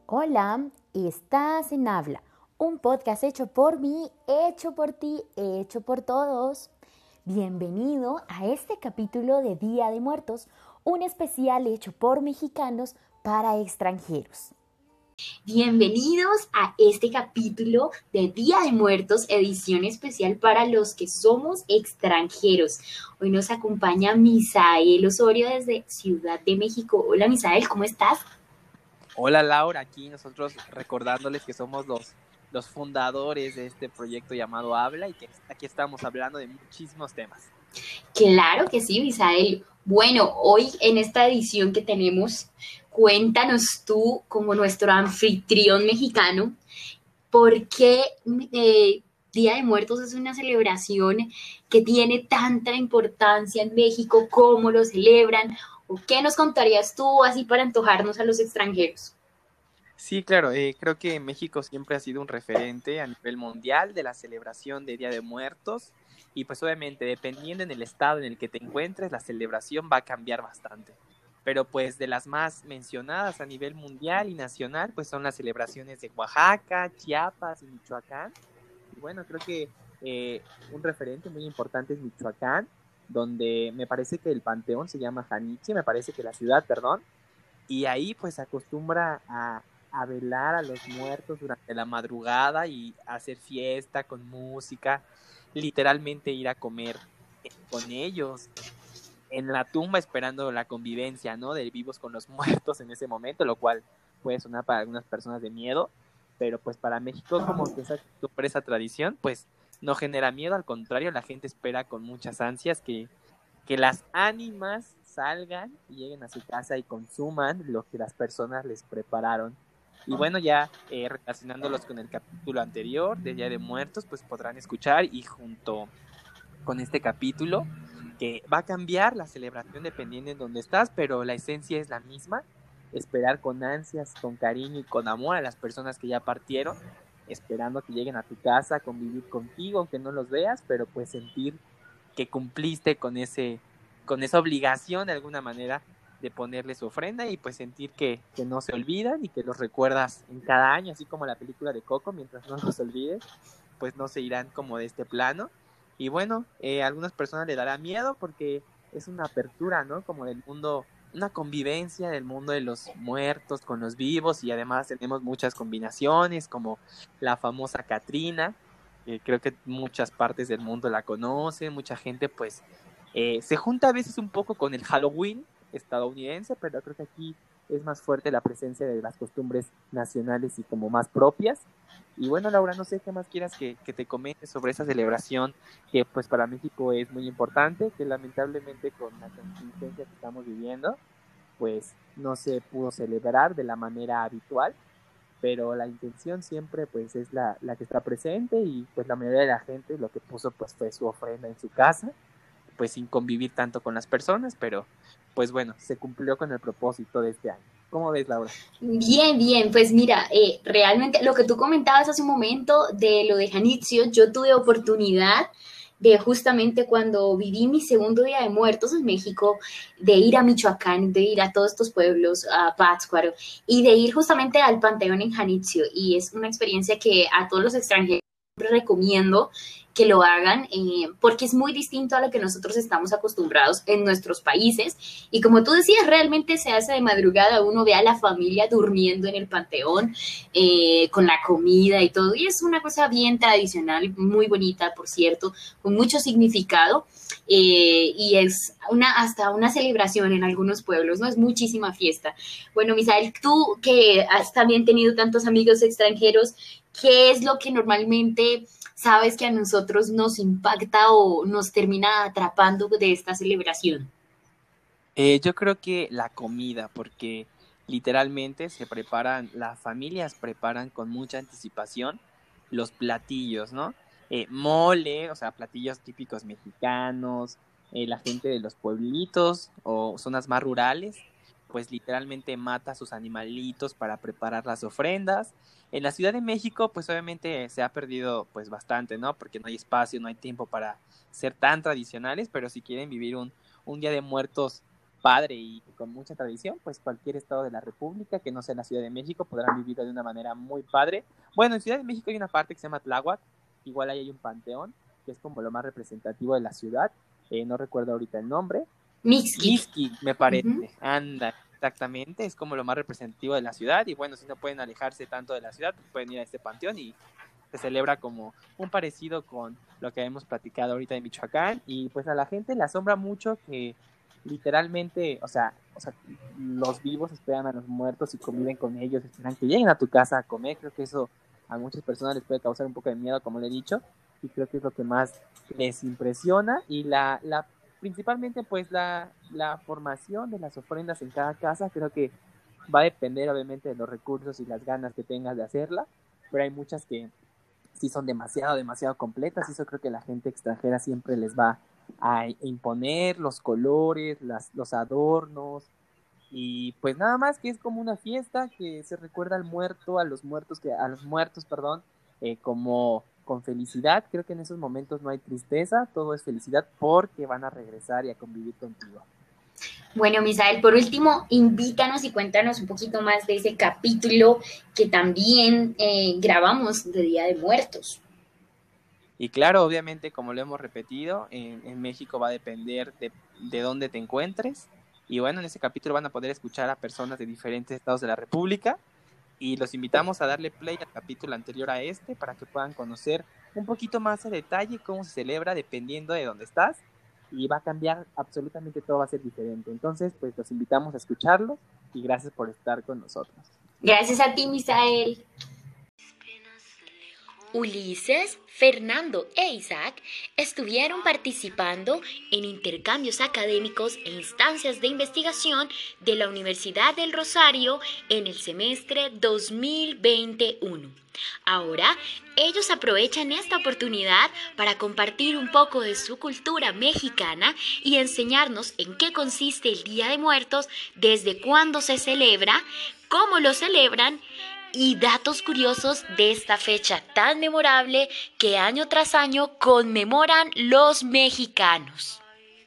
Hola, estás en Habla, un podcast hecho por mí, hecho por ti, hecho por todos. Bienvenido a este capítulo de Día de Muertos, un especial hecho por mexicanos para extranjeros. Bienvenidos a este capítulo de Día de Muertos, edición especial para los que somos extranjeros. Hoy nos acompaña Misael Osorio desde Ciudad de México. Hola Misael, ¿cómo estás? Hola Laura, aquí nosotros recordándoles que somos los fundadores de este proyecto llamado Habla y que aquí estamos hablando de muchísimos temas. Claro que sí, Misael. Bueno, hoy en esta edición que tenemos, cuéntanos tú como nuestro anfitrión mexicano, ¿por qué Día de Muertos es una celebración que tiene tanta importancia en México? ¿Cómo lo celebran? ¿O qué nos contarías tú así para antojarnos a los extranjeros? Sí, claro, creo que México siempre ha sido un referente a nivel mundial de la celebración de Día de Muertos y pues obviamente dependiendo en el estado en el que te encuentres, la celebración va a cambiar bastante. Pero pues de las más mencionadas a nivel mundial y nacional, pues son las celebraciones de Oaxaca, Chiapas y Michoacán. Y bueno, creo que un referente muy importante es Michoacán, donde me parece que el panteón se llama Janitzio, me parece que la ciudad, perdón, y ahí pues se acostumbra a velar a los muertos durante la madrugada y hacer fiesta con música, literalmente ir a comer con ellos en la tumba esperando la convivencia, ¿no? De vivos con los muertos en ese momento, lo cual puede sonar para algunas personas de miedo, pero pues para México como que esa tradición, pues no genera miedo, al contrario, la gente espera con muchas ansias que las ánimas salgan y lleguen a su casa y consuman lo que las personas les prepararon. Y bueno, ya relacionándolos con el capítulo anterior de Día de Muertos, pues podrán escuchar y junto con este capítulo, que va a cambiar la celebración dependiendo en dónde estás, pero la esencia es la misma, esperar con ansias, con cariño y con amor a las personas que ya partieron, esperando que lleguen a tu casa, convivir contigo, aunque no los veas, pero pues sentir que cumpliste con esa obligación de alguna manera de ponerle su ofrenda y pues sentir que no se olvidan y que los recuerdas en cada año, así como la película de Coco, mientras no los olvides, pues no se irán como de este plano. Y bueno, a algunas personas le dará miedo porque es una apertura, ¿no? Como del mundo, una convivencia del mundo de los muertos con los vivos y además tenemos muchas combinaciones como la famosa Catrina, creo que muchas partes del mundo la conocen, mucha gente pues se junta a veces un poco con el Halloween estadounidense, pero creo que aquí es más fuerte la presencia de las costumbres nacionales y como más propias. Y bueno, Laura, no sé qué más quieras que te comente sobre esa celebración que pues para México es muy importante, que lamentablemente con la contingencia que estamos viviendo, pues no se pudo celebrar de la manera habitual, pero la intención siempre pues es la que está presente y pues la mayoría de la gente lo que puso pues fue su ofrenda en su casa, pues sin convivir tanto con las personas, pero pues bueno, se cumplió con el propósito de este año. ¿Cómo ves, Laura? Bien, bien, pues mira, realmente lo que tú comentabas hace un momento de lo de Janitzio, yo tuve oportunidad de justamente cuando viví mi segundo Día de Muertos en México, de ir a Michoacán, de ir a todos estos pueblos, a Pátzcuaro, y de ir justamente al Panteón en Janitzio, y es una experiencia que a todos los extranjeros recomiendo que lo hagan porque es muy distinto a lo que nosotros estamos acostumbrados en nuestros países y como tú decías, realmente se hace de madrugada, uno ve a la familia durmiendo en el panteón con la comida y todo y es una cosa bien tradicional, muy bonita por cierto, con mucho significado y es hasta una celebración en algunos pueblos, ¿no? Es muchísima fiesta. Bueno, Misael, tú que has también tenido tantos amigos extranjeros, ¿qué es lo que normalmente sabes que a nosotros nos impacta o nos termina atrapando de esta celebración? Yo creo que la comida, porque literalmente se preparan, las familias preparan con mucha anticipación los platillos, ¿no? Mole, o sea, platillos típicos mexicanos, la gente de los pueblitos o zonas más rurales, pues literalmente mata a sus animalitos para preparar las ofrendas. En la Ciudad de México, pues obviamente se ha perdido pues bastante, ¿no? Porque no hay espacio, no hay tiempo para ser tan tradicionales, pero si quieren vivir un Día de Muertos padre y con mucha tradición, pues cualquier estado de la República, que no sea la Ciudad de México, podrán vivirlo de una manera muy padre. Bueno, en Ciudad de México hay una parte que se llama Tláhuac, igual ahí hay un panteón, que es como lo más representativo de la ciudad, no recuerdo ahorita el nombre. Mixquic. Mixquic, me parece, anda, exactamente, es como lo más representativo de la ciudad, y bueno, si no pueden alejarse tanto de la ciudad, pueden ir a este panteón y se celebra como un parecido con lo que hemos platicado ahorita de Michoacán, y pues a la gente le asombra mucho que literalmente, o sea, los vivos esperan a los muertos y conviven con ellos, esperan que lleguen a tu casa a comer. Creo que eso a muchas personas les puede causar un poco de miedo, como le he dicho, y creo que es lo que más les impresiona, y principalmente pues la formación de las ofrendas en cada casa, creo que va a depender obviamente de los recursos y las ganas que tengas de hacerla, pero hay muchas que sí son demasiado completas, y eso creo que la gente extranjera siempre les va a imponer los colores, los adornos, y pues nada más que es como una fiesta que se recuerda al muerto, a los muertos, perdón, como con felicidad. Creo que en esos momentos no hay tristeza, todo es felicidad porque van a regresar y a convivir contigo. Bueno, Misael, por último, invítanos y cuéntanos un poquito más de ese capítulo que también grabamos de Día de Muertos. Y claro, obviamente, como lo hemos repetido, en México va a depender de dónde te encuentres. Y bueno, en ese capítulo van a poder escuchar a personas de diferentes estados de la República. Y los invitamos a darle play al capítulo anterior a este para que puedan conocer un poquito más a detalle cómo se celebra dependiendo de dónde estás. Y va a cambiar absolutamente todo, va a ser diferente. Entonces, pues los invitamos a escucharlos y gracias por estar con nosotros. Gracias a ti, Misael. Ulises, Fernando e Isaac estuvieron participando en intercambios académicos e instancias de investigación de la Universidad del Rosario en el semestre 2021. Ahora, ellos aprovechan esta oportunidad para compartir un poco de su cultura mexicana y enseñarnos en qué consiste el Día de Muertos, desde cuándo se celebra, cómo lo celebran y datos curiosos de esta fecha tan memorable que año tras año conmemoran los mexicanos.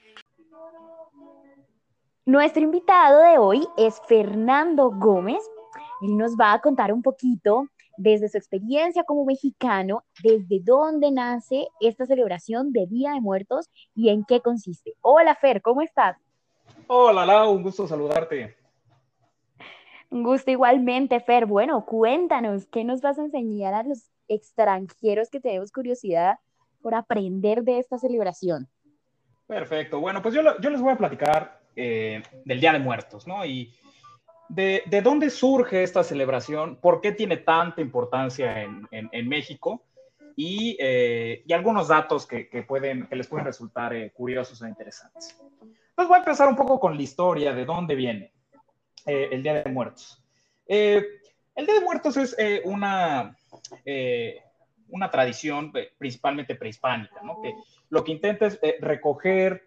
Nuestro invitado de hoy es Fernando Gómez. Él nos va a contar un poquito desde su experiencia como mexicano, desde dónde nace esta celebración de Día de Muertos y en qué consiste. Hola Fer, ¿cómo estás? Hola Lau, un gusto saludarte. Un gusto igualmente, Fer. Bueno, cuéntanos, ¿qué nos vas a enseñar a los extranjeros que tenemos curiosidad por aprender de esta celebración? Perfecto, bueno, pues yo les voy a platicar del Día de Muertos, ¿no? Y de dónde surge esta celebración, por qué tiene tanta importancia en México y algunos datos que les pueden resultar curiosos o interesantes. Entonces voy a empezar un poco con la historia de dónde viene el Día de Muertos. El Día de Muertos es una tradición principalmente prehispánica, ¿no? Que lo que intenta es recoger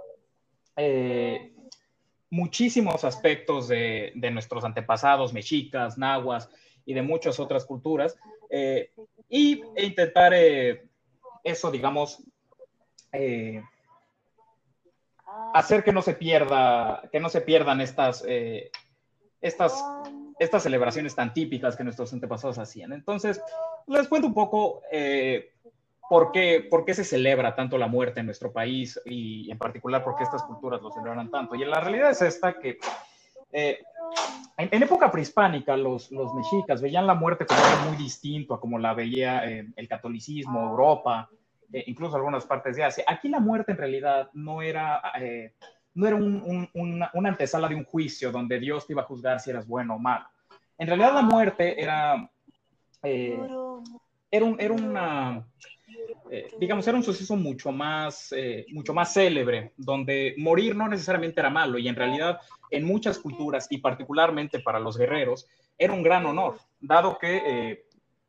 muchísimos aspectos de nuestros antepasados mexicas, nahuas y de muchas otras culturas, e intentar eso, digamos, hacer que no se pierdan estas celebraciones tan típicas que nuestros antepasados hacían. Entonces, les cuento un poco por qué se celebra tanto la muerte en nuestro país y en particular por qué estas culturas lo celebran tanto. Y la realidad es esta, que en época prehispánica los mexicas veían la muerte como algo muy distinto a como la veía el catolicismo, Europa, incluso algunas partes de Asia. Aquí la muerte en realidad no era una antesala de un juicio donde Dios te iba a juzgar si eras bueno o malo. En realidad la muerte era un suceso mucho más célebre, donde morir no necesariamente era malo, y en realidad en muchas culturas, y particularmente para los guerreros, era un gran honor, dado que,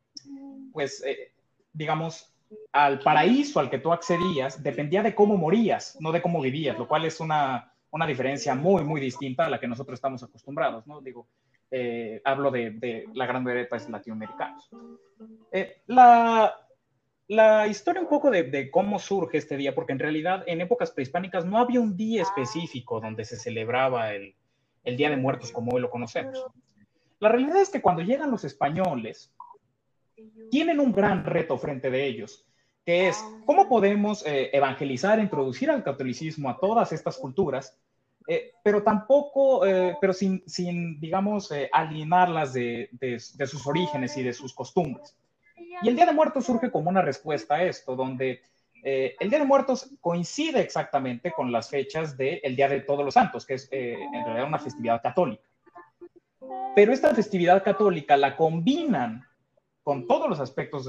digamos, al paraíso al que tú accedías dependía de cómo morías, no de cómo vivías, lo cual es una diferencia muy, muy distinta a la que nosotros estamos acostumbrados, ¿no? Digo, hablo de la gran mayoría de países latinoamericanos. La la historia un poco de cómo surge este día, porque en realidad en épocas prehispánicas no había un día específico donde se celebraba el Día de Muertos como hoy lo conocemos. La realidad es que cuando llegan los españoles, tienen un gran reto frente de ellos, que es cómo podemos evangelizar, introducir al catolicismo a todas estas culturas, pero tampoco, pero sin digamos, alienarlas de sus orígenes y de sus costumbres. Y el Día de Muertos surge como una respuesta a esto, donde el Día de Muertos coincide exactamente con las fechas del Día de Todos los Santos, que es en realidad una festividad católica. Pero esta festividad católica la combinan con todos los aspectos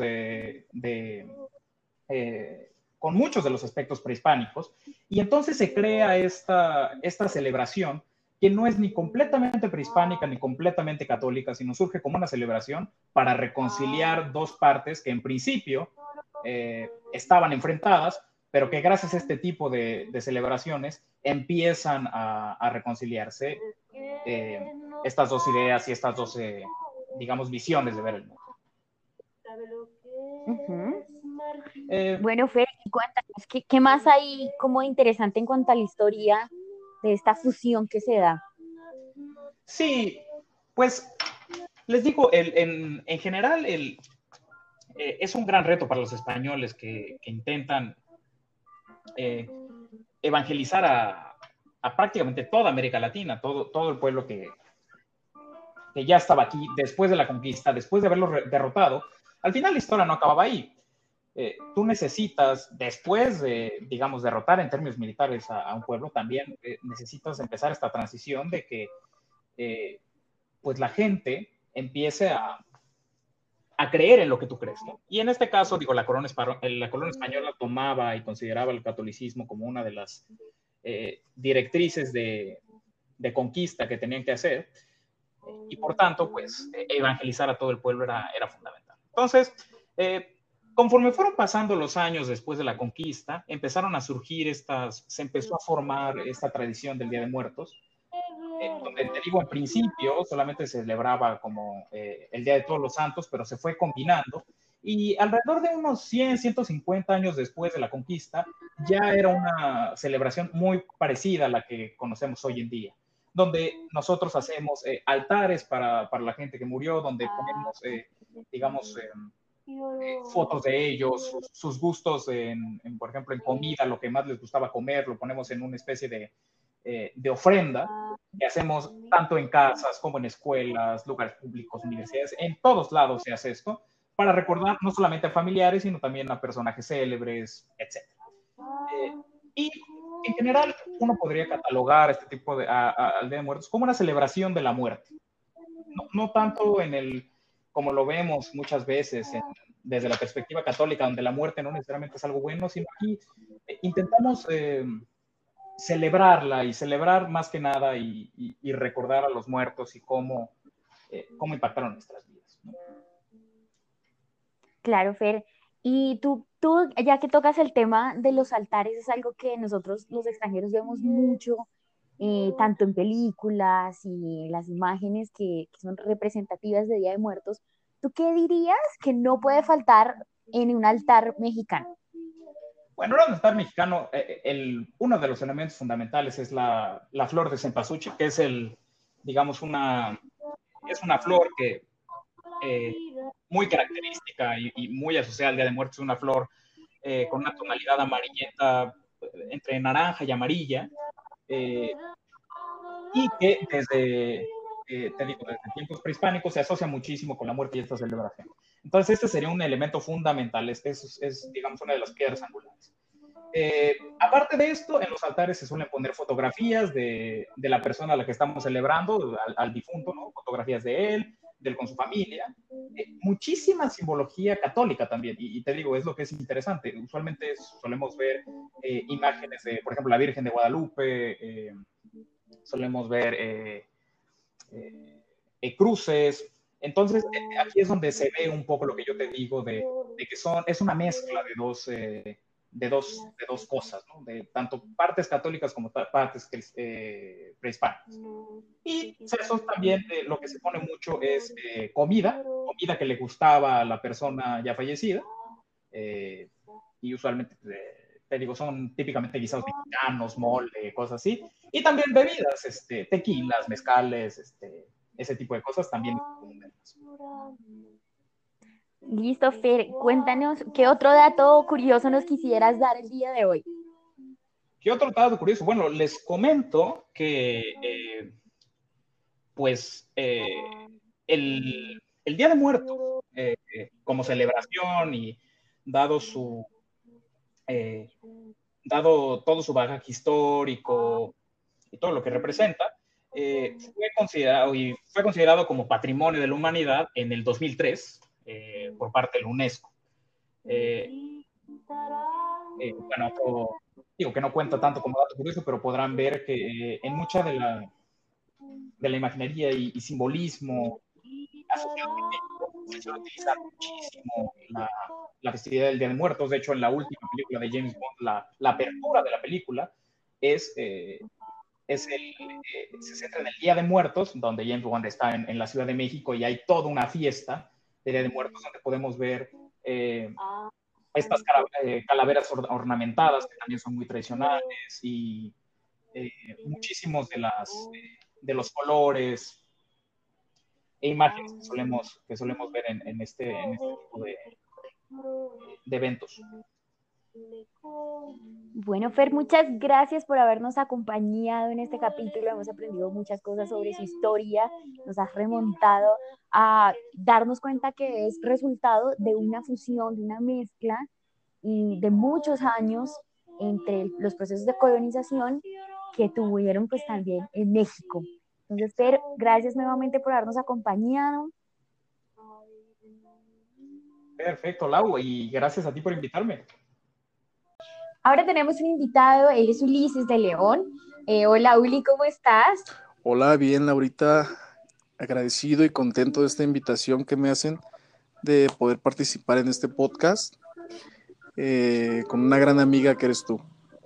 con muchos de los aspectos prehispánicos, y entonces se crea esta celebración que no es ni completamente prehispánica ni completamente católica, sino surge como una celebración para reconciliar dos partes que en principio estaban enfrentadas, pero que gracias a este tipo de celebraciones empiezan a reconciliarse estas dos ideas y estas dos, digamos, visiones de ver el mundo. Ujú. Eh, Bueno, Fer, y cuéntanos, ¿qué más hay como interesante en cuanto a la historia de esta fusión que se da? sí, pues les digo, en general es un gran reto para los españoles que intentan eh, evangelizar a prácticamente toda América Latina, todo el pueblo que ya estaba aquí después de la conquista, después de haberlo derrotado. Al final la historia no acababa ahí. Tú necesitas, después de, digamos, derrotar en términos militares a un pueblo, también necesitas empezar esta transición de que pues la gente empiece a creer en lo que tú crees, ¿no? Y en este caso, digo, la corona española tomaba y consideraba el catolicismo como una de las directrices de conquista que tenían que hacer, y por tanto, pues, evangelizar a todo el pueblo era fundamental. Entonces, conforme fueron pasando los años después de la conquista, empezaron a surgir se empezó a formar esta tradición del Día de Muertos, donde te digo, en principio solamente se celebraba como el Día de Todos los Santos, pero se fue combinando, y alrededor de unos 100, 150 años después de la conquista, ya era una celebración muy parecida a la que conocemos hoy en día, donde nosotros hacemos altares para la gente que murió, donde ponemos, digamos, fotos de ellos, sus gustos, por ejemplo, en comida, lo que más les gustaba comer, lo ponemos en una especie de ofrenda que hacemos tanto en casas como en escuelas, lugares públicos, universidades, en todos lados se hace esto, para recordar no solamente a familiares, sino también a personajes célebres, etc. Y en general, uno podría catalogar este tipo al Día de Muertos como una celebración de la muerte. No tanto como lo vemos muchas veces desde la perspectiva católica, donde la muerte no necesariamente es algo bueno, sino aquí intentamos celebrarla y celebrar más que nada y recordar a los muertos y cómo impactaron nuestras vidas, ¿no? Claro, Fer. Y tú, ya que tocas el tema de los altares, es algo que nosotros los extranjeros vemos mucho, tanto en películas y las imágenes que son representativas de Día de Muertos. ¿Tú qué dirías que no puede faltar en un altar mexicano? Bueno, en el altar mexicano, uno de los elementos fundamentales es la flor de cempasúchil, que es digamos, es una flor que eh, muy característica y muy asociada al Día de Muertos, una flor con una tonalidad amarillenta entre naranja y amarilla, y que te digo, desde tiempos prehispánicos se asocia muchísimo con la muerte y esta celebración. Entonces, este sería un elemento fundamental, digamos, una de las piedras angulares. Aparte de esto, en los altares se suelen poner fotografías de la persona a la que estamos celebrando, al difunto, ¿no? Fotografías de él, de él con su familia. Muchísima simbología católica también, y te digo, es lo que es interesante. Usualmente solemos ver imágenes de, por ejemplo, la Virgen de Guadalupe, solemos ver cruces. Entonces, aquí es donde se ve un poco lo que yo te digo de que es una mezcla de dos cosas, ¿no? De tanto partes católicas como partes prehispánicas. Y eso también lo que se pone mucho es comida que le gustaba a la persona ya fallecida. y usualmente, te digo, son típicamente guisados mexicanos, mole, cosas así, y también bebidas, tequilas, mezcales, ese tipo de cosas también. Listo, Fer, cuéntanos qué otro dato curioso nos quisieras dar el día de hoy. ¿Qué otro dato curioso? Bueno, les comento que, el Día de Muertos, como celebración y dado su, eh, dado todo su bagaje histórico y todo lo que representa, fue considerado como Patrimonio de la Humanidad en el 2003 por parte de la UNESCO. Bueno, digo que no cuenta tanto como dato curioso, pero podrán ver que en mucha de la imaginería y simbolismo asociado con México se suele utilizar muchísimo la festividad del Día de Muertos. De hecho, en la última película de James Bond, la apertura de la película es, se centra en el Día de Muertos, donde James Bond está en la Ciudad de México y hay toda una fiesta de Día de Muertos donde podemos ver estas calaveras ornamentadas que también son muy tradicionales y muchísimos de los colores e imágenes que solemos ver en este tipo de eventos. Bueno, Fer, muchas gracias por habernos acompañado en este capítulo. Hemos aprendido muchas cosas sobre su historia. Nos has remontado a darnos cuenta que es resultado de una fusión, de una mezcla y de muchos años entre los procesos de colonización que tuvieron pues también en México. Entonces, Fer, gracias nuevamente por habernos acompañado. Perfecto, Lau, y gracias a ti por invitarme. Ahora tenemos un invitado, él es Ulises de León. Hola, Uli, ¿cómo estás? Hola, bien, Laurita, agradecido y contento de esta invitación que me hacen de poder participar en este podcast con una gran amiga que eres tú.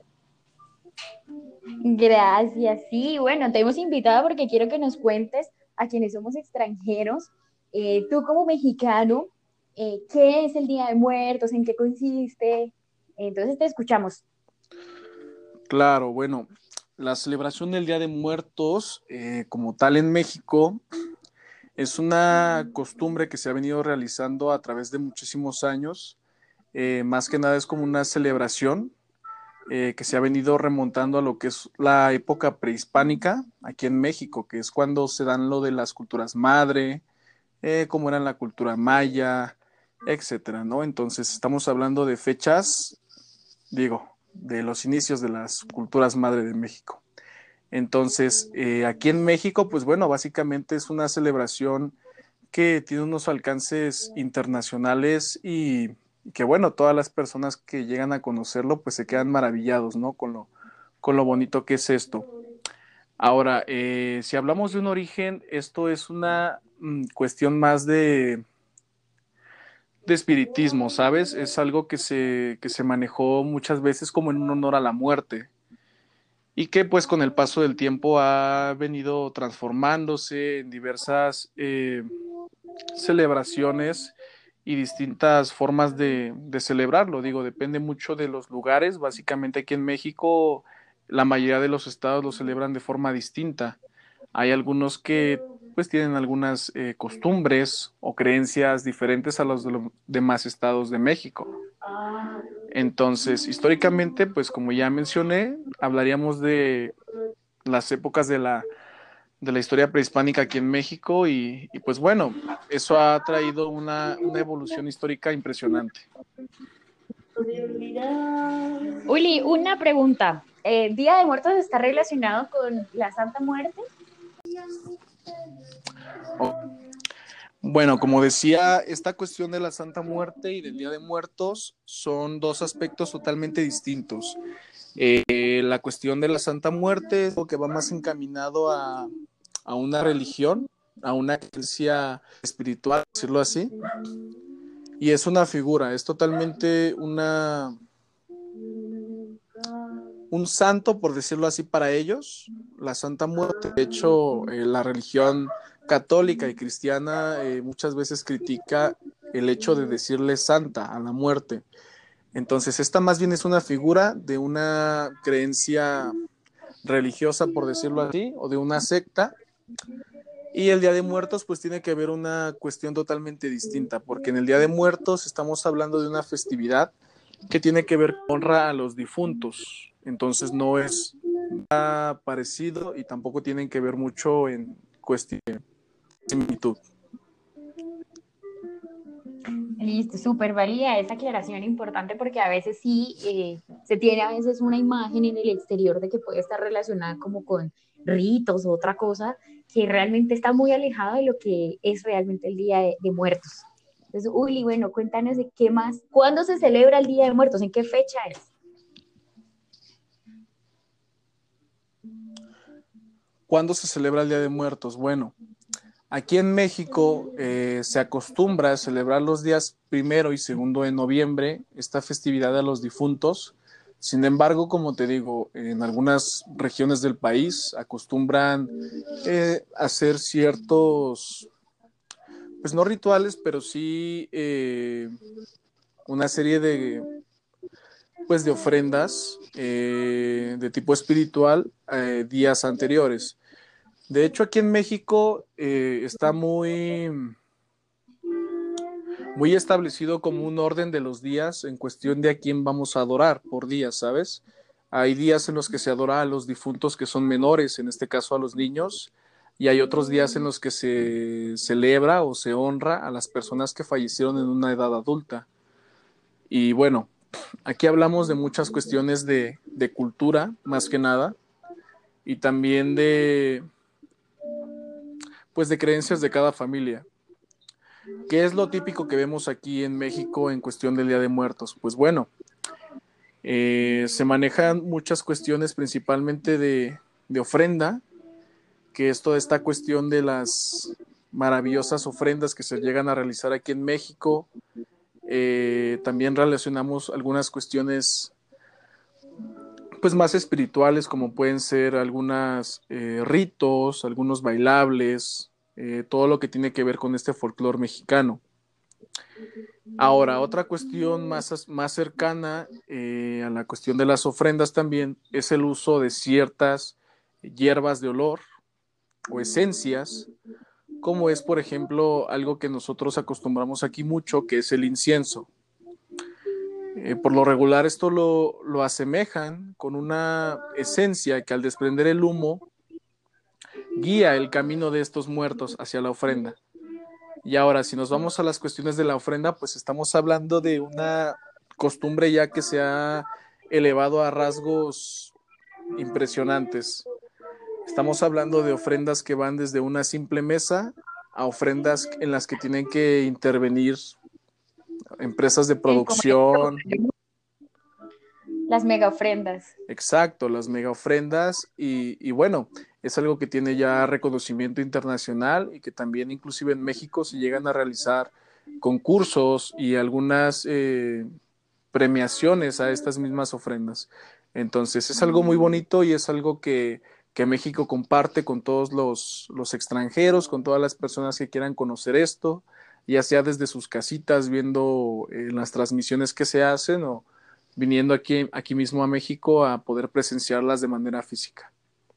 Gracias, sí, bueno, te hemos invitado porque quiero que nos cuentes a quienes somos extranjeros, tú como mexicano, ¿qué es el Día de Muertos? ¿En qué consiste? Entonces te escuchamos. Claro, bueno, la celebración del Día de Muertos como tal en México es una costumbre que se ha venido realizando a través de muchísimos años. Más que nada es como una celebración que se ha venido remontando a lo que es la época prehispánica aquí en México, que es cuando se dan lo de las culturas madre, como eran la cultura maya, etcétera, ¿no? Entonces estamos hablando de fechas, de los inicios de las culturas madre de México. Entonces, aquí en México, pues bueno, básicamente es una celebración que tiene unos alcances internacionales y que bueno, todas las personas que llegan a conocerlo pues se quedan maravillados, ¿no? Con lo bonito que es esto. Ahora, si hablamos de un origen, esto es una cuestión más de espiritismo, ¿sabes? Es algo que se manejó muchas veces como en un honor a la muerte y que pues con el paso del tiempo ha venido transformándose en diversas celebraciones y distintas formas de celebrarlo. Depende mucho de los lugares. Básicamente aquí en México la mayoría de los estados lo celebran de forma distinta. Hay algunos que pues tienen algunas costumbres o creencias diferentes a los de los demás estados de México. Entonces, históricamente, pues como ya mencioné, hablaríamos de las épocas de la historia prehispánica aquí en México y pues bueno, eso ha traído una evolución histórica impresionante. Uli, una pregunta. ¿Día de Muertos está relacionado con la Santa Muerte? Bueno, como decía, esta cuestión de la Santa Muerte y del Día de Muertos son dos aspectos totalmente distintos. La cuestión de la Santa Muerte es lo que va más encaminado a una religión, a una creencia espiritual, decirlo así, y es una figura, es totalmente un santo, por decirlo así, para ellos, la Santa Muerte. De hecho, la religión católica y cristiana muchas veces critica el hecho de decirle santa a la muerte. Entonces, esta más bien es una figura de una creencia religiosa, por decirlo así, o de una secta. Y el Día de Muertos pues tiene que ver una cuestión totalmente distinta, porque en el Día de Muertos estamos hablando de una festividad que tiene que ver con honra a los difuntos. Entonces no es nada parecido y tampoco tienen que ver mucho en cuestión de similitud. Listo, súper valía esa aclaración importante porque a veces sí se tiene a veces una imagen en el exterior de que puede estar relacionada como con ritos o otra cosa que realmente está muy alejado de lo que es realmente el Día de Muertos. Entonces, Uli, bueno, cuéntanos de qué más, ¿cuándo se celebra el Día de Muertos? ¿En qué fecha es? ¿Cuándo se celebra el Día de Muertos? Bueno, aquí en México se acostumbra a celebrar los días 1 y 2 de noviembre, esta festividad a los difuntos. Sin embargo, como te digo, en algunas regiones del país acostumbran hacer ciertos, pues no rituales, pero sí una serie pues de ofrendas de tipo espiritual días anteriores. De hecho, aquí en México está muy establecido como un orden de los días en cuestión de a quién vamos a adorar por días, ¿sabes? Hay días en los que se adora a los difuntos que son menores, en este caso a los niños, y hay otros días en los que se celebra o se honra a las personas que fallecieron en una edad adulta. Y bueno, aquí hablamos de muchas cuestiones de cultura, más que nada, y también pues de creencias de cada familia. ¿Qué es lo típico que vemos aquí en México en cuestión del Día de Muertos? Pues bueno, se manejan muchas cuestiones principalmente de ofrenda, que es toda esta cuestión de las maravillosas ofrendas que se llegan a realizar aquí en México. También relacionamos algunas cuestiones pues más espirituales, como pueden ser algunos ritos, algunos bailables, todo lo que tiene que ver con este folclore mexicano. Ahora, otra cuestión más cercana a la cuestión de las ofrendas también es el uso de ciertas hierbas de olor o esencias, como es, por ejemplo, algo que nosotros acostumbramos aquí mucho, que es el incienso. Por lo regular esto lo asemejan con una esencia que al desprender el humo guía el camino de estos muertos hacia la ofrenda. Y ahora, si nos vamos a las cuestiones de la ofrenda, pues estamos hablando de una costumbre ya que se ha elevado a rasgos impresionantes. Estamos hablando de ofrendas que van desde una simple mesa a ofrendas en las que tienen que intervenir empresas de Como producción. las mega ofrendas. Exacto, las mega ofrendas y bueno, es algo que tiene ya reconocimiento internacional y que también inclusive en México se llegan a realizar concursos y algunas premiaciones a estas mismas ofrendas. Entonces es algo muy bonito y es algo que México comparte con todos los extranjeros, con todas las personas que quieran conocer esto, ya sea desde sus casitas viendo las transmisiones que se hacen o viniendo aquí mismo a México a poder presenciarlas de manera física.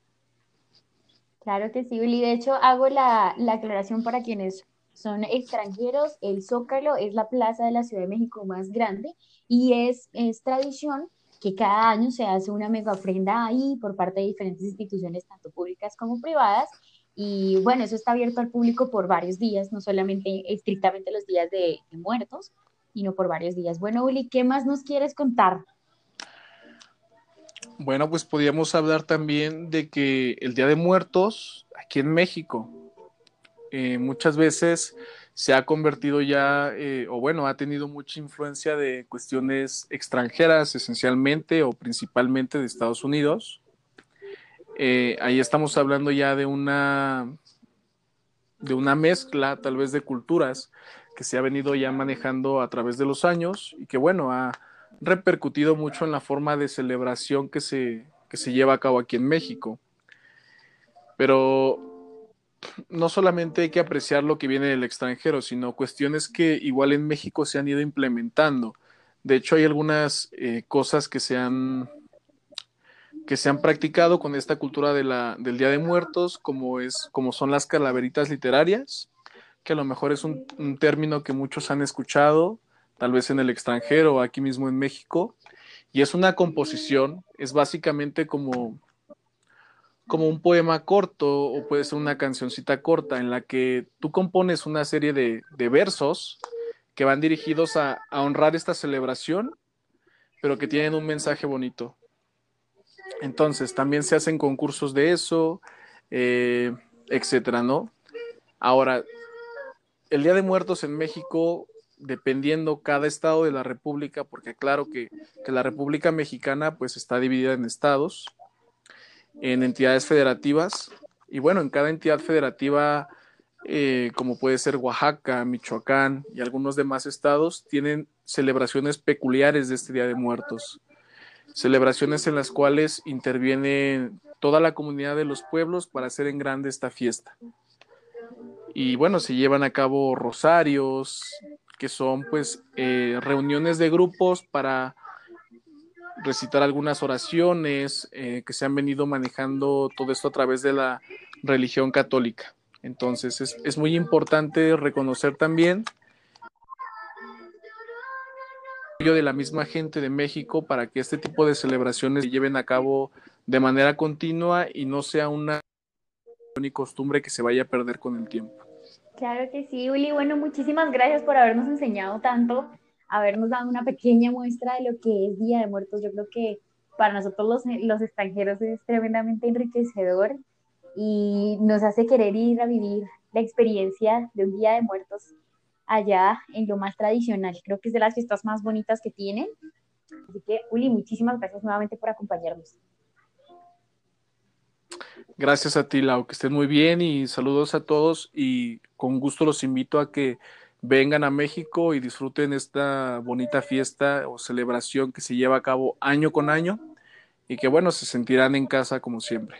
Claro que sí, Uli. De hecho, hago la aclaración para quienes son extranjeros. El Zócalo es la plaza de la Ciudad de México más grande y es tradición que cada año se hace una mega ofrenda ahí por parte de diferentes instituciones, tanto públicas como privadas. Y bueno, eso está abierto al público por varios días, no solamente estrictamente los días de muertos, sino por varios días. Bueno, Uli, ¿qué más nos quieres contar? Bueno, pues podríamos hablar también de que el Día de Muertos aquí en México muchas veces se ha convertido ya, o bueno, ha tenido mucha influencia de cuestiones extranjeras esencialmente o principalmente de Estados Unidos. Ahí estamos hablando ya de una mezcla tal vez de culturas que se ha venido ya manejando a través de los años y que bueno, ha repercutido mucho en la forma de celebración que se lleva a cabo aquí en México. Pero no solamente hay que apreciar lo que viene del extranjero, sino cuestiones que igual en México se han ido implementando. De hecho, hay algunas cosas que se han practicado con esta cultura del Día de Muertos, como son las calaveritas literarias, que a lo mejor es un término que muchos han escuchado, tal vez en el extranjero o aquí mismo en México, y es una composición, es básicamente como un poema corto o puede ser una cancioncita corta en la que tú compones una serie de versos que van dirigidos a honrar esta celebración, pero que tienen un mensaje bonito. Entonces, también se hacen concursos de eso, etcétera, ¿no? Ahora, el Día de Muertos en México, dependiendo cada estado de la República, porque claro que la República Mexicana pues está dividida en estados, en entidades federativas, y bueno, en cada entidad federativa, como puede ser Oaxaca, Michoacán y algunos demás estados, tienen celebraciones peculiares de este Día de Muertos. Celebraciones en las cuales interviene toda la comunidad de los pueblos para hacer en grande esta fiesta. Y bueno, se llevan a cabo rosarios, que son pues reuniones de grupos para recitar algunas oraciones que se han venido manejando todo esto a través de la religión católica. Entonces es muy importante reconocer también de la misma gente de México para que este tipo de celebraciones se lleven a cabo de manera continua y no sea una costumbre que se vaya a perder con el tiempo. Claro que sí, Uli. Bueno, muchísimas gracias por habernos enseñado tanto, habernos dado una pequeña muestra de lo que es Día de Muertos. Yo creo que para nosotros los extranjeros es tremendamente enriquecedor y nos hace querer ir a vivir la experiencia de un Día de Muertos allá en lo más tradicional. Creo que es de las fiestas más bonitas que tienen. Así que, Uli, muchísimas gracias nuevamente por acompañarnos. Gracias a ti, Lau, que estén muy bien y saludos a todos y con gusto los invito a que vengan a México y disfruten esta bonita fiesta o celebración que se lleva a cabo año con año y que bueno, se sentirán en casa como siempre.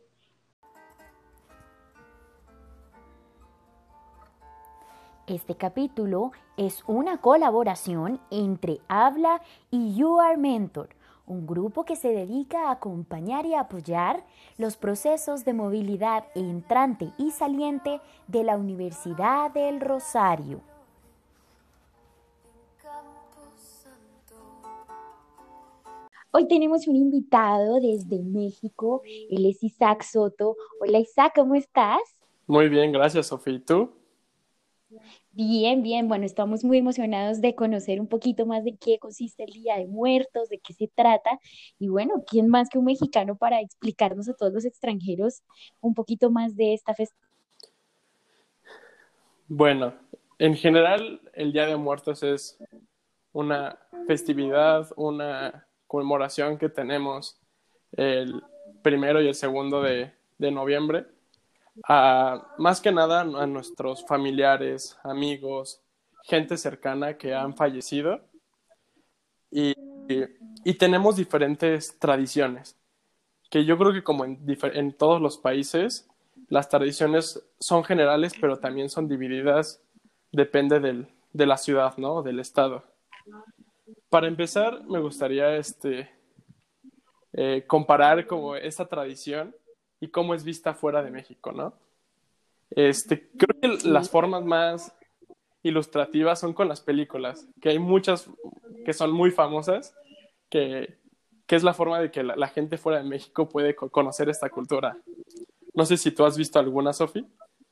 Este capítulo es una colaboración entre Habla y You Are Mentor, un grupo que se dedica a acompañar y apoyar los procesos de movilidad entrante y saliente de la Universidad del Rosario. Hoy tenemos un invitado desde México, él es Isaac Soto. Hola Isaac, ¿cómo estás? Muy bien, gracias, Sofía. ¿Y tú? Bien, bien. Bueno, estamos muy emocionados de conocer un poquito más de qué consiste el Día de Muertos, de qué se trata. Y bueno, ¿quién más que un mexicano para explicarnos a todos los extranjeros un poquito más de esta festividad? Bueno, en general, el Día de Muertos es una festividad, una conmemoración que tenemos el 1 y el 2 de noviembre. Más que nada a nuestros familiares, amigos, gente cercana que han fallecido y, y tenemos diferentes tradiciones, que yo creo que como en todos los países, las tradiciones son generales, pero también son divididas, depende de la ciudad, ¿no? Del estado. Para empezar, me gustaría comparar como esta tradición y cómo es vista fuera de México, ¿no? Creo que las formas más ilustrativas son con las películas, que hay muchas que son muy famosas, que es la forma de que la gente fuera de México puede conocer esta cultura. No sé si tú has visto alguna, Sofi.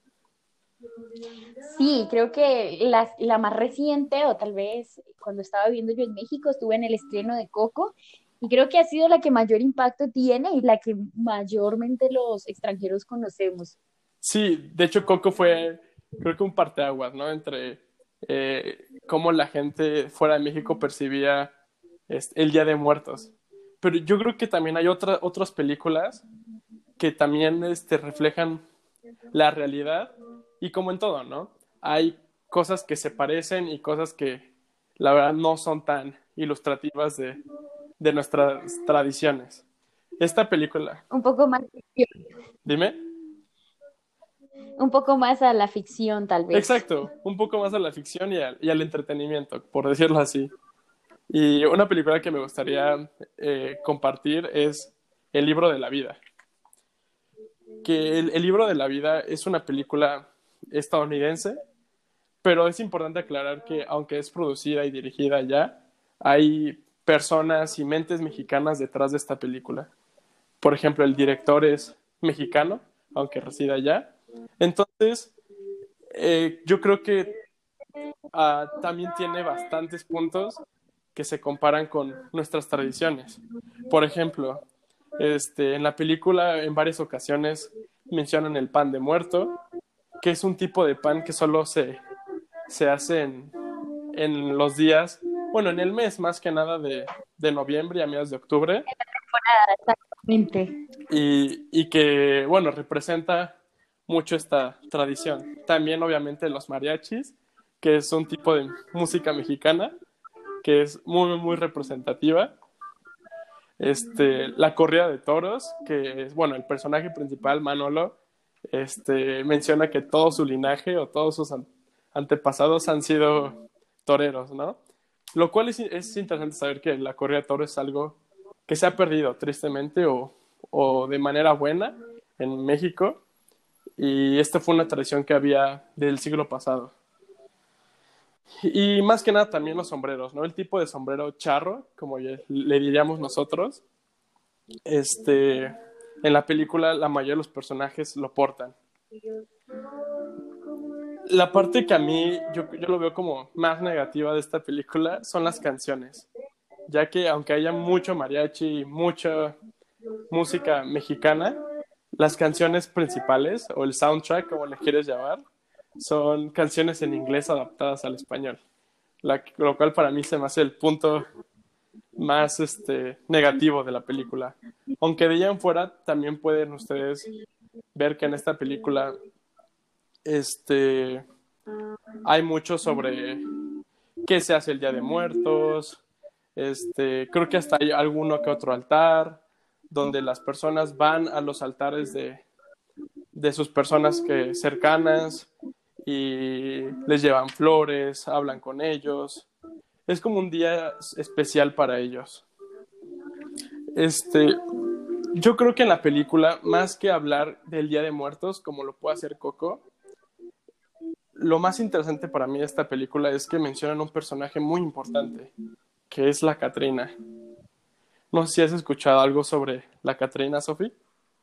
Sí, creo que la más reciente, o tal vez cuando estaba viviendo yo en México, estuve en el estreno de Coco, y creo que ha sido la que mayor impacto tiene y la que mayormente los extranjeros conocemos. Sí, de hecho Coco fue, creo que un parteaguas, ¿no? Entre cómo la gente fuera de México percibía el Día de Muertos. Pero yo creo que también hay otras películas que también reflejan la realidad y como en todo, ¿no? Hay cosas que se parecen y cosas que la verdad no son tan ilustrativas de nuestras tradiciones. Esta película, Un poco más, dime. Un poco más a la ficción, tal vez. Exacto, un poco más a la ficción y al entretenimiento, por decirlo así. Y una película que me gustaría compartir es El libro de la vida. Que el libro de la vida es una película estadounidense, pero es importante aclarar que aunque es producida y dirigida allá, hay personas y mentes mexicanas detrás de esta película. Por ejemplo, el director es mexicano, aunque reside allá. Entonces, yo creo que también tiene bastantes puntos que se comparan con nuestras tradiciones. Por ejemplo, en la película en varias ocasiones mencionan el pan de muerto, que es un tipo de pan que solo se hace en los días, bueno, en el mes más que nada de noviembre y a mediados de octubre. Exactamente. Y que, bueno, representa mucho esta tradición. También, obviamente, los mariachis, que es un tipo de música mexicana que es muy, muy representativa. La corrida de toros, que es, bueno, el personaje principal, Manolo, menciona que todo su linaje o todos sus antepasados han sido toreros, ¿no? Lo cual es interesante saber que la corrida de toros es algo que se ha perdido tristemente o de manera buena en México, y esta fue una tradición que había del siglo pasado. Y más que nada también los sombreros, ¿no? El tipo de sombrero charro, como le diríamos nosotros, en la película la mayoría de los personajes lo portan. La parte que a mí yo lo veo como más negativa de esta película son las canciones, ya que aunque haya mucho mariachi y mucha música mexicana, las canciones principales o el soundtrack, como le quieres llamar, son canciones en inglés adaptadas al español, lo cual para mí se me hace el punto más negativo de la película. Aunque de allá en fuera también pueden ustedes ver que en esta película hay mucho sobre qué se hace el Día de Muertos. Creo que hasta hay alguno que otro altar donde las personas van a los altares de sus personas cercanas y les llevan flores, hablan con ellos. Es como un día especial para ellos. Yo creo que en la película, más que hablar del Día de Muertos, como lo puede hacer Coco, lo más interesante para mí de esta película es que mencionan un personaje muy importante, que es la Catrina. No sé si has escuchado algo sobre la Catrina, Sofi.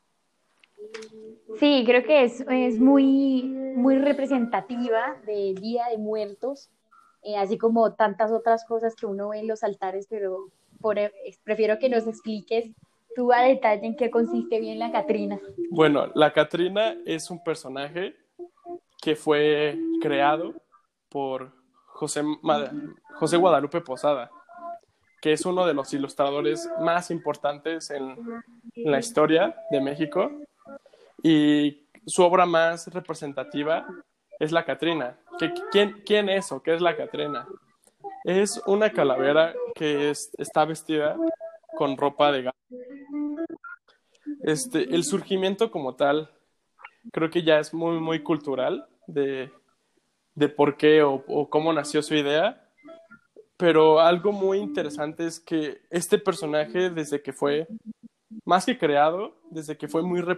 Sí, creo que es muy, muy representativa del Día de Muertos, así como tantas otras cosas que uno ve en los altares, pero prefiero que nos expliques tú a detalle en qué consiste bien la Catrina. Bueno, la Catrina es un personaje que fue creado por José Guadalupe Posada, que es uno de los ilustradores más importantes en la historia de México, y su obra más representativa es la Catrina. ¿Quién es o qué es la Catrina? Es una calavera que está vestida con ropa de gato. El surgimiento como tal creo que ya es muy, muy cultural de por qué o cómo nació su idea, pero algo muy interesante es que este personaje, desde que fue más que creado, desde que fue muy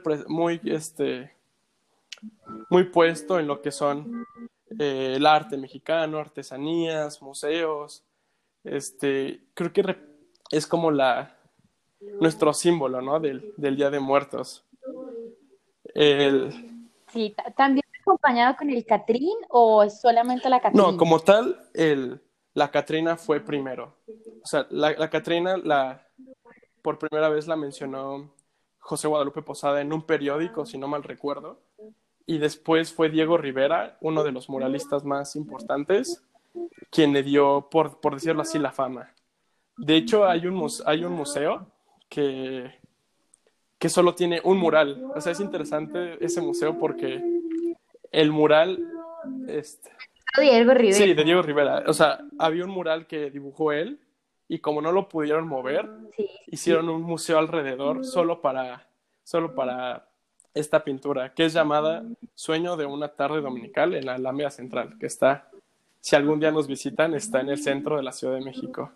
puesto en lo que son el arte mexicano, artesanías, museos, creo que es como nuestro símbolo, ¿no? del Día de Muertos. Sí, ¿también acompañado con el Catrín o solamente la Catrina? No, como tal, la Catrina fue primero. O sea, la Catrina por primera vez la mencionó José Guadalupe Posada en un periódico, si no mal recuerdo, y después fue Diego Rivera, uno de los muralistas más importantes, quien le dio, por decirlo así, la fama. De hecho, hay un museo que solo tiene un mural. O sea, es interesante ese museo porque el mural... Diego Rivera. Sí, de Diego Rivera. O sea, había un mural que dibujó él y como no lo pudieron mover, hicieron un museo alrededor solo para esta pintura, que es llamada Sueño de una tarde dominical en la Alameda Central, que está, si algún día nos visitan, está en el centro de la Ciudad de México.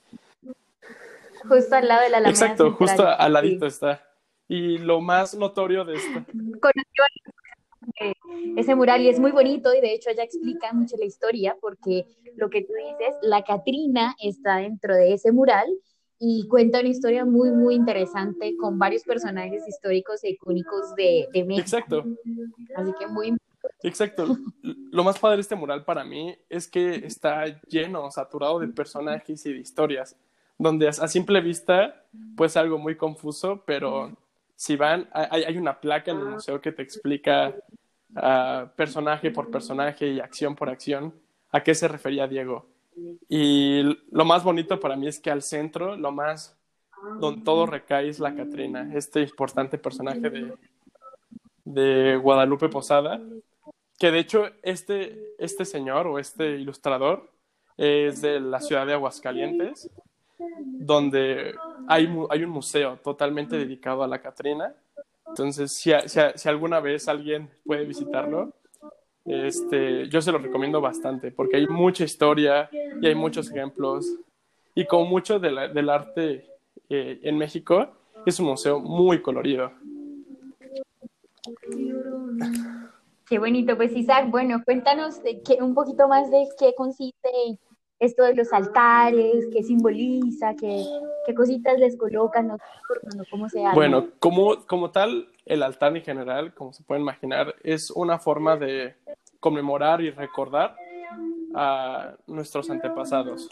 Justo al lado de la Alameda Exacto, Central. justo al ladito Sí. está. Y lo más notorio de esta, Conoció ese mural y es muy bonito y de hecho ella explica mucho la historia porque lo que tú dices, la Catrina está dentro de ese mural y cuenta una historia muy, muy interesante con varios personajes históricos e icónicos de México. exacto, Así que muy... exacto. Lo más padre de este mural para mí es que está lleno, saturado de personajes y de historias, donde a simple vista pues algo muy confuso, pero si van, hay una placa en el museo que te explica personaje por personaje y acción por acción a qué se refería Diego. Y lo más bonito para mí es que al centro, lo más donde todo recae es la Catrina, este importante personaje de Guadalupe Posada, que de hecho este señor o este ilustrador es de la ciudad de Aguascalientes, donde hay un museo totalmente dedicado a la Catrina. Entonces, si alguna vez alguien puede visitarlo, yo se lo recomiendo bastante, porque hay mucha historia y hay muchos ejemplos. Y como mucho del arte en México, es un museo muy colorido. Qué bonito, pues Isaac, bueno, cuéntanos un poquito más de qué consiste esto de los altares, qué simboliza, qué cositas les colocan, no sé cómo se arma. Bueno, como tal, el altar en general, como se pueden imaginar, es una forma de conmemorar y recordar a nuestros antepasados.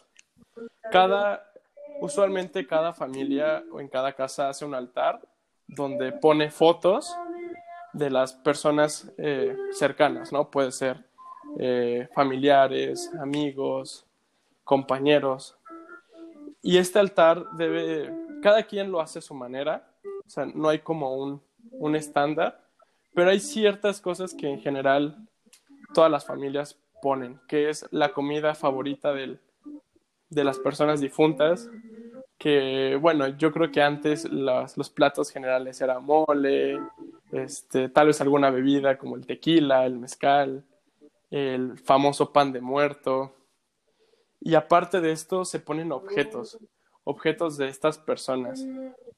Usualmente cada familia o en cada casa hace un altar donde pone fotos de las personas cercanas, ¿no? Puede ser familiares, amigos, compañeros. Y este altar cada quien lo hace a su manera, o sea, no hay como un estándar, pero hay ciertas cosas que en general todas las familias ponen, que es la comida favorita de las personas difuntas, que bueno, yo creo que antes los platos generales eran mole, tal vez alguna bebida como el tequila, el mezcal, el famoso pan de muerto. Y aparte de esto se ponen objetos de estas personas,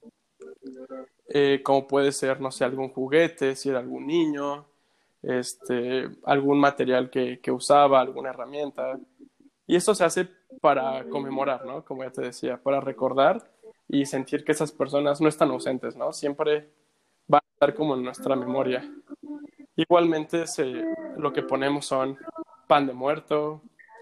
como puede ser, no sé, algún juguete, si era algún niño, algún material que usaba, alguna herramienta. Y esto se hace para conmemorar, ¿no? Como ya te decía, para recordar y sentir que esas personas no están ausentes, ¿no? Siempre van a estar como en nuestra memoria. Igualmente lo que ponemos son pan de muerto,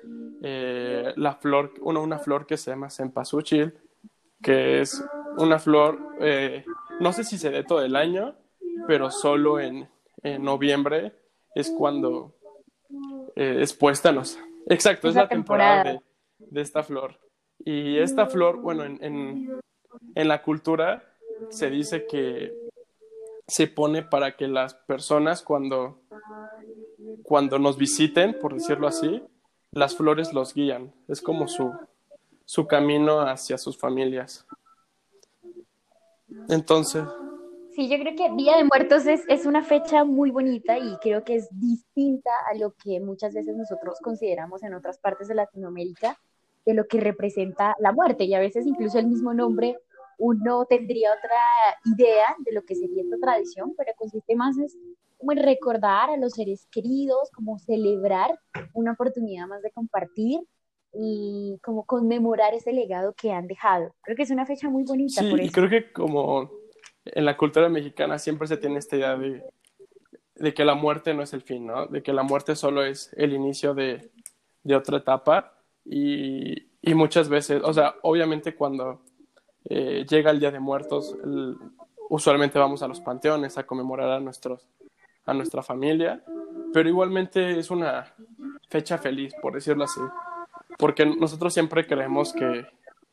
una flor que se llama cempasúchil, que es una flor, no sé si se dé todo el año, pero solo en noviembre es cuando es puesta. Exacto, es la temporada de esta flor. Y esta flor, bueno, en la cultura se dice que se pone para que las personas cuando nos visiten, por decirlo así, las flores los guían. Es como su camino hacia sus familias. Entonces... Sí, yo creo que Día de Muertos es una fecha muy bonita y creo que es distinta a lo que muchas veces nosotros consideramos en otras partes de Latinoamérica, de lo que representa la muerte. Y a veces incluso el mismo nombre uno tendría otra idea de lo que sería esta tradición, pero consiste más como en recordar a los seres queridos, como celebrar una oportunidad más de compartir y como conmemorar ese legado que han dejado. Creo que es una fecha muy bonita. Sí, por eso. Y creo que como en la cultura mexicana siempre se tiene esta idea de que la muerte no es el fin, ¿no? De que la muerte solo es el inicio de otra etapa y muchas veces, o sea, obviamente cuando llega el Día de Muertos, usualmente vamos a los panteones a conmemorar a nuestra familia, pero igualmente es una fecha feliz, por decirlo así, porque nosotros siempre creemos que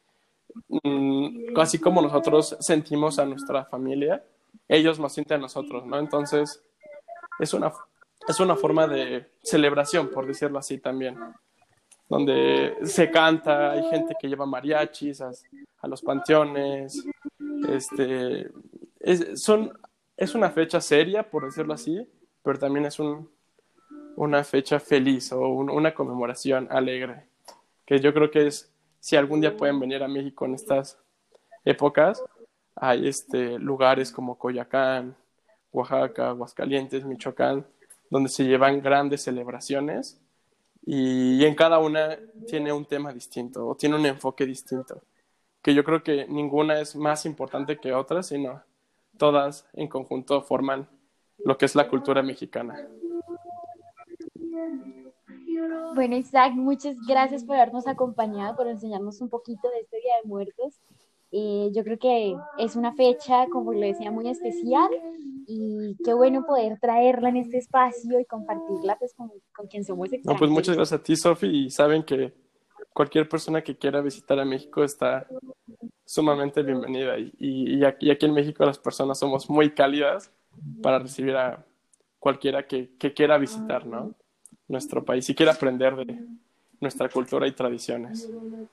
así como nosotros sentimos a nuestra familia, ellos nos sienten a nosotros, ¿no? Entonces, es una forma de celebración, por decirlo así también, donde se canta, hay gente que lleva mariachis a los panteones, es una fecha seria, por decirlo así, pero también es una fecha feliz o una conmemoración alegre, que yo creo que es, si algún día pueden venir a México en estas épocas, hay lugares como Coyoacán, Oaxaca, Aguascalientes, Michoacán, donde se llevan grandes celebraciones y en cada una tiene un tema distinto o tiene un enfoque distinto, que yo creo que ninguna es más importante que otra, sino todas en conjunto forman lo que es la cultura mexicana. Bueno, Isaac, muchas gracias por habernos acompañado, por enseñarnos un poquito de este Día de Muertos. Yo creo que es una fecha, como le decía, muy especial y qué bueno poder traerla en este espacio y compartirla pues con quien somos No, pues muchas extranjeros. gracias a ti, Sofi, y saben que cualquier persona que quiera visitar a México está sumamente bienvenida y aquí en México las personas somos muy cálidas para recibir a cualquiera que quiera visitar, ¿no? Nuestro país y quiera aprender de nuestra cultura y tradiciones.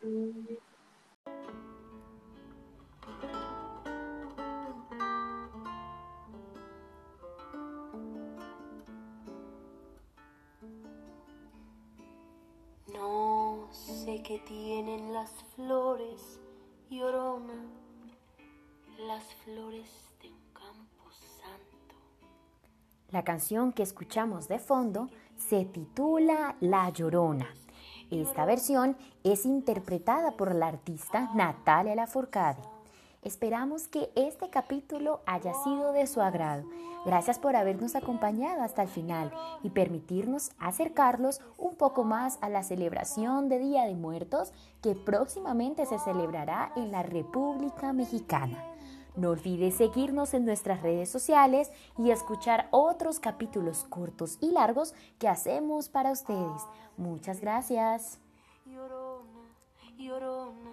No sé qué tienen las flores, Llorona, las flores de un campo santo. La canción que escuchamos de fondo se titula La Llorona. Esta versión es interpretada por la artista Natalia Lafourcade. Esperamos que este capítulo haya sido de su agrado. Gracias por habernos acompañado hasta el final y permitirnos acercarlos un poco más a la celebración de Día de Muertos que próximamente se celebrará en la República Mexicana. No olvides seguirnos en nuestras redes sociales y escuchar otros capítulos cortos y largos que hacemos para ustedes. Muchas gracias. Llorona, Llorona,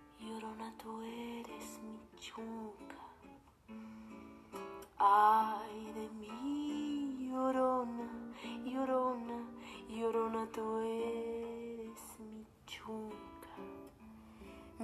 Llorona, tú eres mi chunca. Ay,